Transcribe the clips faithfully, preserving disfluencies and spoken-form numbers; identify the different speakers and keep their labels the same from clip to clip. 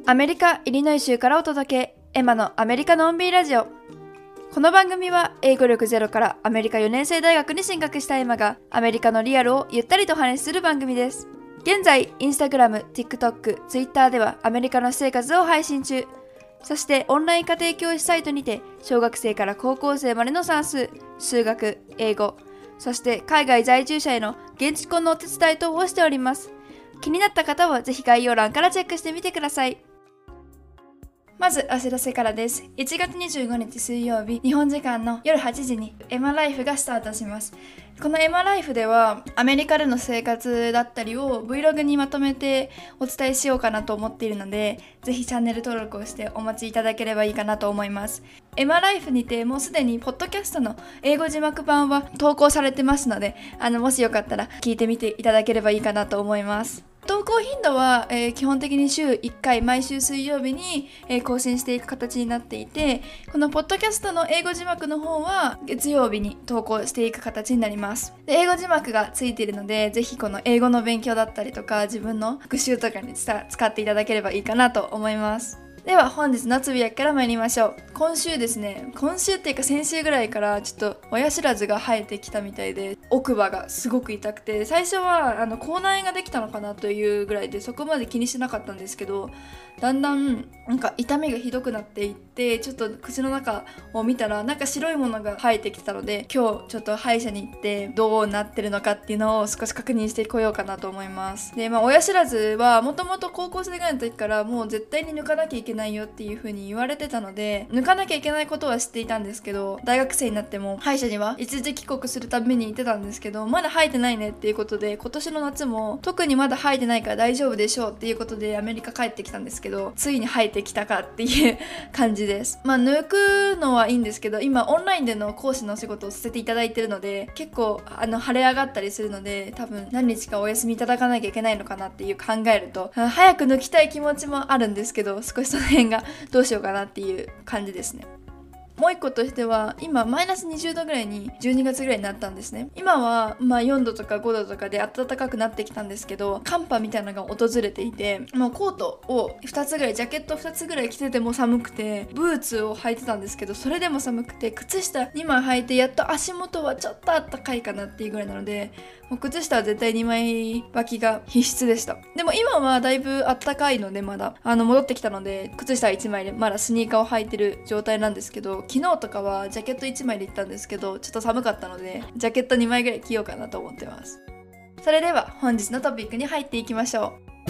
Speaker 1: アメリカ・イリノイ州からお届け、エマのアメリカのんびりラジオ。この番組は英語力ゼロからアメリカよねん生大学に進学したエマがアメリカのリアルをゆったりとお話しする番組です。現在、インスタグラム、TikTok、Twitter ではアメリカの私生活を配信中。そしてオンライン家庭教師サイトにて小学生から高校生までの算数、数学、英語、そして海外在住者への現地校のお手伝い等をしております。気になった方はぜひ概要欄からチェックしてみてください。まずお知らせからです。いちがつにじゅうごにち水曜日、日本時間の夜はちじにエマライフがスタートします。このエマライフではアメリカでの生活だったりを Vlog にまとめてお伝えしようかなと思っているので、ぜひチャンネル登録をしてお待ちいただければいいかなと思います。エマライフにてもうすでにポッドキャストの英語字幕版は投稿されてますので、あのもしよかったら聞いてみていただければいいかなと思います。投稿頻度は、えー、基本的に週いっかい毎週水曜日に、えー、更新していく形になっていて、このポッドキャストの英語字幕の方は月曜日に投稿していく形になります。で、英語字幕がついているので、ぜひこの英語の勉強だったりとか自分の復習とかに使っていただければいいかなと思います。では本日のつぶやきから参りましょう。今週ですね、今週っていうか先週ぐらいからちょっと親知らずが生えてきたみたいで、奥歯がすごく痛くて、最初はあの口内炎ができたのかなというぐらいでそこまで気にしなかったんですけど、だんだんなんか痛みがひどくなっていって、ちょっと口の中を見たらなんか白いものが生えてきてたので、今日ちょっと歯医者に行ってどうなってるのかっていうのを少し確認してこようかなと思います。で、まあ親知らずはもともと高校生ぐらいの時からもう絶対に抜かなきゃいけないないよっていう風に言われてたので、抜かなきゃいけないことは知っていたんですけど、大学生になっても歯医者には一時帰国するために行ってたんですけど、まだ生えてないねっていうことで、今年の夏も特にまだ生えてないから大丈夫でしょうっていうことでアメリカ帰ってきたんですけど、ついに生えてきたかっていう感じです。まあ抜くのはいいんですけど、今オンラインでの講師のお仕事をさせていただいてるので、結構あの腫れ上がったりするので、多分何日かお休みいただかなきゃいけないのかなっていう考えると、早く抜きたい気持ちもあるんですけど、少しその辺がどうしようかなっていう感じですね。もう一個としては、今マイナスにじゅうどぐらいにじゅうにがつぐらいになったんですね。今はまあよんどとかごどとかで暖かくなってきたんですけど、寒波みたいなのが訪れていて、もうコートをふたつぐらい、ジャケットふたつぐらい着てても寒くて、ブーツを履いてたんですけど、それでも寒くて、靴下にまい履いてやっと足元はちょっと暖かいかなっていうぐらいなので、もう靴下は絶対にまい履きが必須でした。でも今はだいぶ暖かいので、まだあの戻ってきたので、靴下はいちまいでまだスニーカーを履いてる状態なんですけど、昨日とかはジャケットいちまいで行ったんですけど、ちょっと寒かったのでジャケットにまいぐらい着ようかなと思ってます。それでは本日のトピックに入っていきましょう。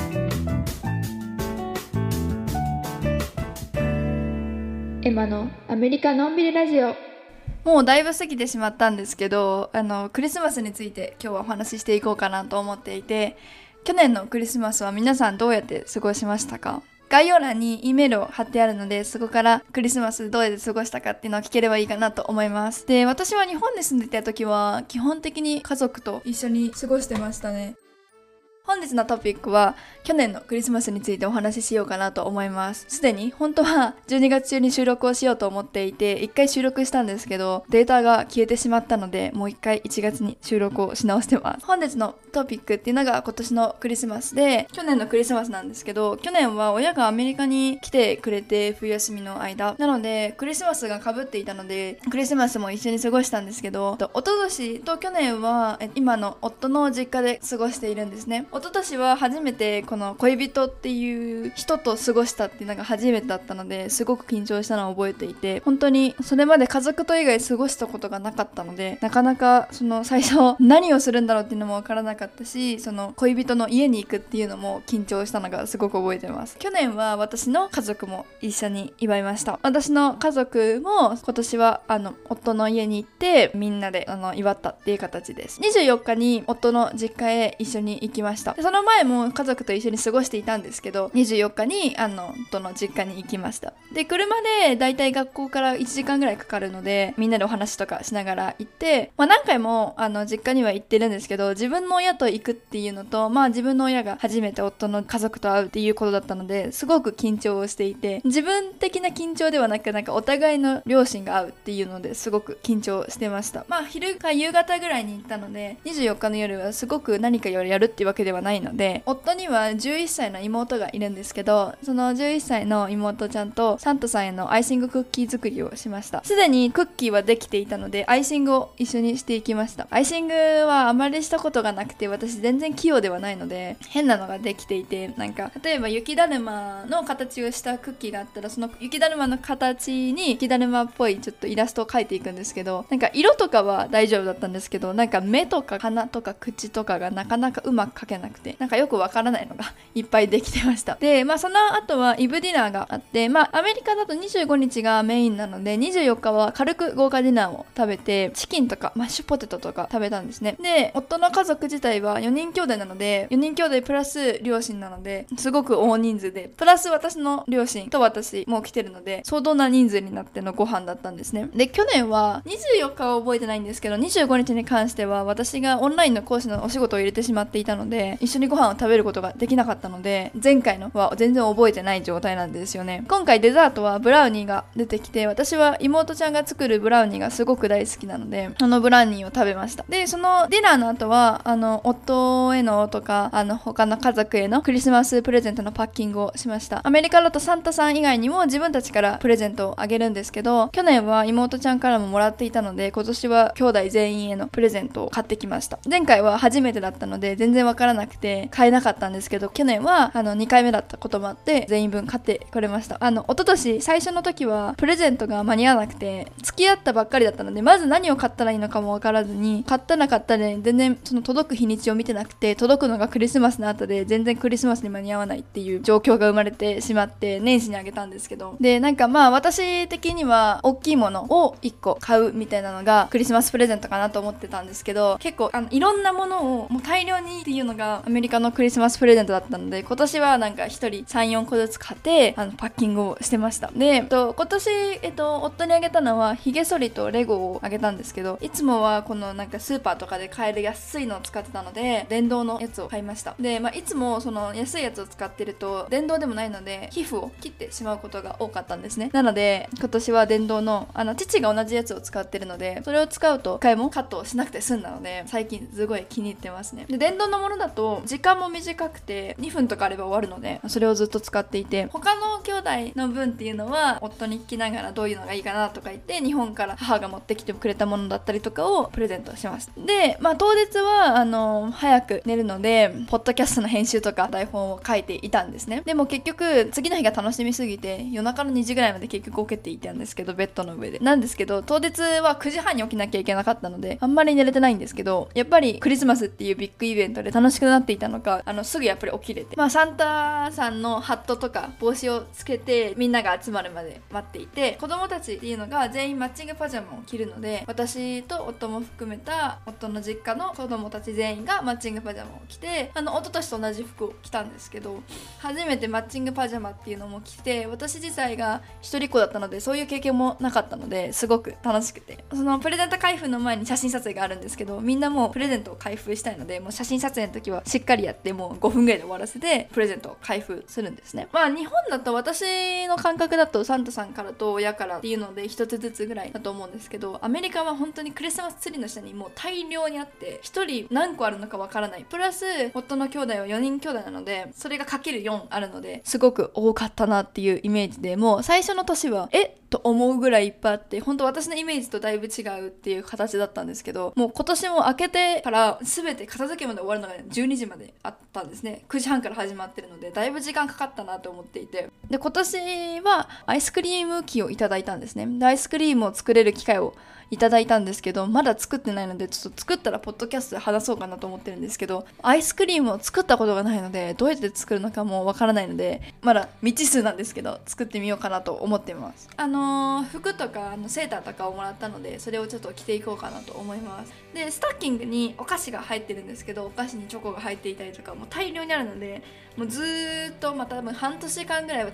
Speaker 1: エマのアメリカのんびりラジオ。もうだいぶ過ぎてしまったんですけど、あのクリスマスについて今日はお話ししていこうかなと思っていて、去年のクリスマスは皆さんどうやって過ごしましたか？概要欄に E メールを貼ってあるので、そこからクリスマスどうやって過ごしたかっていうのを聞ければいいかなと思います。で、私は日本に住んでいた時は基本的に家族と一緒に過ごしてましたね。本日のトピックは去年のクリスマスについてお話ししようかなと思います。すでに本当はじゅうにがつ中に収録をしようと思っていて、いっかい収録したんですけどデータが消えてしまったので、もういっかいいちがつに収録をし直してます。本日のトピックっていうのが今年のクリスマスで、去年のクリスマスなんですけど、去年は親がアメリカに来てくれて、冬休みの間なのでクリスマスが被っていたのでクリスマスも一緒に過ごしたんですけど、一昨年と去年は今の夫の実家で過ごしているんですね。一昨年は初めてこの恋人っていう人と過ごしたっていうのが初めてだったので、すごく緊張したのを覚えていて、本当にそれまで家族と以外過ごしたことがなかったので、なかなかその最初何をするんだろうっていうのもわからなかったし、その恋人の家に行くっていうのも緊張したのがすごく覚えてます。去年は私の家族も一緒に祝いました。私の家族も今年はあの夫の家に行ってみんなであの祝ったっていう形です。にじゅうよっかに夫の実家へ一緒に行きました。でその前も家族と一緒に過ごしていたんですけど、にじゅうよっかにあの夫の実家に行きました。で車でだいたい学校からいちじかんぐらいかかるので、みんなでお話とかしながら行って、まあ、何回もあの実家には行ってるんですけど、自分の親と行くっていうのと、まあ自分の親が初めて夫の家族と会うっていうことだったので、すごく緊張をしていて、自分的な緊張ではなく、なんかお互いの両親が会うっていうのですごく緊張してました。まあ昼か夕方ぐらいに行ったので、にじゅうよっかの夜はすごく何かやるっていうわけでははないので、夫にはじゅういっさいの妹がいるんですけど、そのじゅういっさいの妹ちゃんとサンタさんへのアイシングクッキー作りをしました。すでにクッキーはできていたのでアイシングを一緒にしていきました。アイシングはあまりしたことがなくて、私全然器用ではないので変なのができていて、なんか例えば雪だるまの形をしたクッキーがあったら、その雪だるまの形に雪だるまっぽいちょっとイラストを描いていくんですけど、なんか色とかは大丈夫だったんですけど、なんか目とか鼻とか口とかがなかなかうまく描けなくて、なんかよくわからないのがいっぱいできてました。で、まあその後はイブディナーがあって、まあアメリカだとにじゅうごにちがメインなので、にじゅうよっかは軽く豪華ディナーを食べて、チキンとかマッシュポテトとか食べたんですね。で、夫の家族自体はよにん兄弟なので、よにん兄弟プラス両親なので、すごく大人数で、プラス私の両親と私も来てるので、相当な人数になってのご飯だったんですね。で、去年はにじゅうよっかは覚えてないんですけど、にじゅうごにちに関しては私がオンラインの講師のお仕事を入れてしまっていたので、一緒にご飯を食べることができなかったので、前回のは全然覚えてない状態なんですよね。今回デザートはブラウニーが出てきて、私は妹ちゃんが作るブラウニーがすごく大好きなので、そのブラウニーを食べました。で、そのディナーの後はあの夫へのとかあの他の家族へのクリスマスプレゼントのパッキングをしました。アメリカだとサンタさん以外にも自分たちからプレゼントをあげるんですけど、去年は妹ちゃんからももらっていたので、今年は兄弟全員へのプレゼントを買ってきました。前回は初めてだったので全然わからなくて買えなかったんですけど、去年はあのにかいめだったこともあって全員分買ってくれました。あの一昨年最初の時はプレゼントが間に合わなくて、付き合ったばっかりだったのでまず何を買ったらいいのかもわからずに、買ったなかったで全然その届く日にちを見てなくて、届くのがクリスマスの後で全然クリスマスに間に合わないっていう状況が生まれてしまって、年始にあげたんですけど、でなんかまあ私的には大きいものをいっこ買うみたいなのがクリスマスプレゼントかなと思ってたんですけど、結構あのいろんなものをもう大量にっていうのがアメリカのクリスマスプレゼントだったので、今年はなんかひとりさん、よんこずつ買ってあのパッキングをしてました。で、えっと、今年、えっと、夫にあげたのはヒゲ剃りとレゴをあげたんですけど、いつもはこのなんかスーパーとかで買える安いのを使ってたので電動のやつを買いました。で、まあ、いつもその安いやつを使ってると電動でもないので皮膚を切ってしまうことが多かったんですね。なので今年は電動のあの父が同じやつを使ってるので、それを使うといっかいもカットをしなくて済んだので最近すごい気に入ってますね。で、電動のものだと時間も短くてにふんとかあれば終わるので、それをずっと使っていて、他の兄弟の分っていうのは夫に聞きながらどういうのがいいかなとか言って、日本から母が持ってきてくれたものだったりとかをプレゼントします。で、まあ当日はあの早く寝るのでポッドキャストの編集とか台本を書いていたんですね。でも結局次の日が楽しみすぎて夜中のにじぐらいまで結局起きていたんですけど、ベッドの上でなんですけど、当日はくじはんに起きなきゃいけなかったのであんまり寝れてないんですけど、やっぱりクリスマスっていうビッグイベントで楽しくなっていたのか、あのすぐやっぱり起きれて、まあサンタさんのハットとか帽子をつけてみんなが集まるまで待っていて、子供たちっていうのが全員マッチングパジャマを着るので、私と夫も含めた夫の実家の子供たち全員がマッチングパジャマを着て、あの一昨年と同じ服を着たんですけど、初めてマッチングパジャマっていうのも着て、私自体が一人っ子だったのでそういう経験もなかったのですごく楽しくて、そのプレゼント開封の前に写真撮影があるんですけど、みんなもうプレゼントを開封したいので、もう写真撮影の時はしっかりやってもうごふんぐらいで終わらせてプレゼントを開封するんですね。まあ日本だと私の感覚だとサンタさんからと親からっていうので一つずつぐらいだと思うんですけど、アメリカは本当にクリスマスツリーの下にもう大量にあって、ひとり何個あるのかわからない、プラス夫の兄弟はよにん兄弟なのでそれがかけるよんあるのですごく多かったなっていうイメージで、もう最初の年はえっと思うぐらいいっぱいあって、本当私のイメージとだいぶ違うっていう形だったんですけど、もう今年も明けてから全て片付けまで終わるのがじゅうにじまであったんですね。くじはんから始まってるのでだいぶ時間かかったなと思っていて、で今年はアイスクリーム機をいただいたんですね。でアイスクリームを作れる機械をいただいたんですけど、まだ作ってないのでちょっと作ったらポッドキャストで話そうかなと思ってるんですけど、アイスクリームを作ったことがないのでどうやって作るのかもわからないので、まだ未知数なんですけど作ってみようかなと思っています。あのー、服とかあのセーターとかをもらったのでそれをちょっと着ていこうかなと思います。でスタッキングにお菓子が入ってるんですけど、お菓子にチョコが入っていたりとかもう大量にあるので、もうずーっとまた多分半年間ぐらいは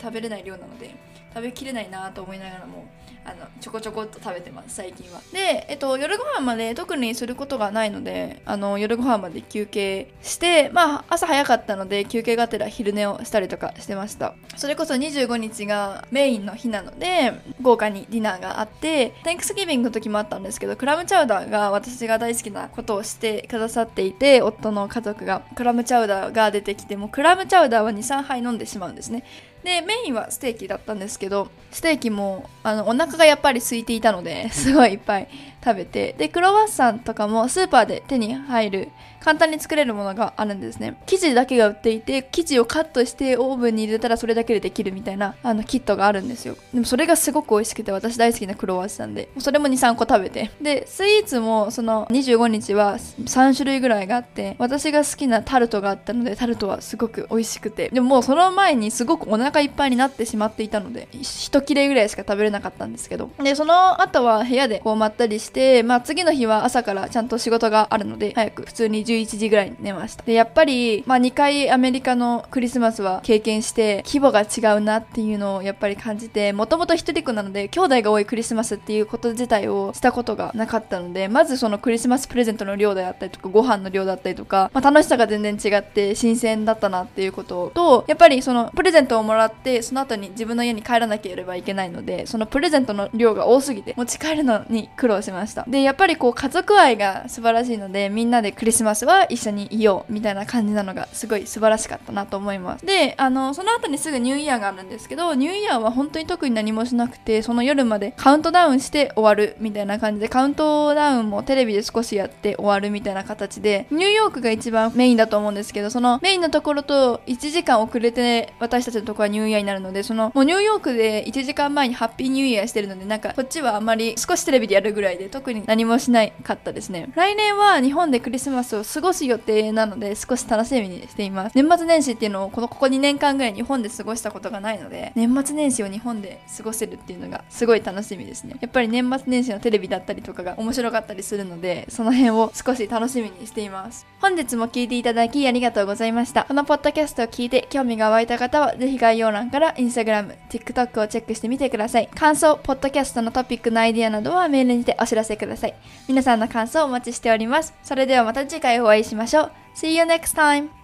Speaker 1: 食べれない量なので食べきれないなと思いながらもあのちょこちょこっと食べてます最近は。で、えっと、夜ご飯まで特にすることがないのであの夜ご飯まで休憩してまあ朝早かったので休憩がてら昼寝をしたりとかしてました。それこそにじゅうごにちがメインの日なので豪華にディナーがあって Thanksgiving の時もあったんですけどクラムチャウダーが私が大好きなことをしてくださっていて夫の家族がクラムチャウダーが出てきてもクラムチャウダーは にさんはい飲んでしまうんですね。でメインはステーキだったんですけどステーキもあのお腹がやっぱり空いていたのですごいいっぱい食べてでクロワッサンとかもスーパーで手に入る簡単に作れるものがあるんですね。生地だけが売っていて生地をカットしてオーブンに入れたらそれだけでできるみたいなあのキットがあるんですよ。でもそれがすごく美味しくて私大好きなクロワッサンでそれも にさんこ食べてでスイーツもそのにじゅうごにちはさんしゅるいぐらいがあって私が好きなタルトがあったのでタルトはすごく美味しくてでももうその前にすごくお腹いっぱいになってしまっていたので一切れぐらいしか食べれなかったんですけどでその後は部屋でこうまったりしてまあ次の日は朝からちゃんと仕事があるので早く普通にじゅういちじぐらいに寝ました。でやっぱり、まあ、にかいアメリカのクリスマスは経験して規模が違うなっていうのをやっぱり感じてもともと一人っ子なので兄弟が多いクリスマスっていうこと自体をしたことがなかったのでまずそのクリスマスプレゼントの量であったりとかご飯の量だったりとか、まあ、楽しさが全然違って新鮮だったなっていうこととやっぱりそのプレゼントをもらってその後に自分の家に帰らなければいけないのでそのプレゼントの量が多すぎて持ち帰るのに苦労しました。でやっぱりこう家族愛が素晴らしいのでみんなでクリスマスは一緒にいようみたいな感じなのがすごい素晴らしかったなと思います。であのその後にすぐニューイヤーがあるんですけどニューイヤーは本当に特に何もしなくてその夜までカウントダウンして終わるみたいな感じでカウントダウンもテレビで少しやって終わるみたいな形でニューヨークが一番メインだと思うんですけどそのメインのところといちじかん遅れて私たちのところはニューイヤーになるのでそのもうニューヨークでいちじかんまえにハッピーニューイヤーしてるのでなんかこっちはあんまり少しテレビでやるぐらいで特に何もしないかったですね。来年は日本でクリスマスを過ごす予定なので少し楽しみにしています。年末年始っていうのをこのここにねんかんぐらい日本で過ごしたことがないので年末年始を日本で過ごせるっていうのがすごい楽しみですね。やっぱり年末年始のテレビだったりとかが面白かったりするのでその辺を少し楽しみにしています。本日も聞いていただきありがとうございました。このポッドキャストを聞いて興味が湧いた方はぜひ概要欄から Instagram、TikTok をチェックしてみてください。感想、ポッドキャストのトピックのアイディアなどはメールにてお知らせください。皆さんの感想をお待ちしております。それではまた次回お会いしましょう。See you next time!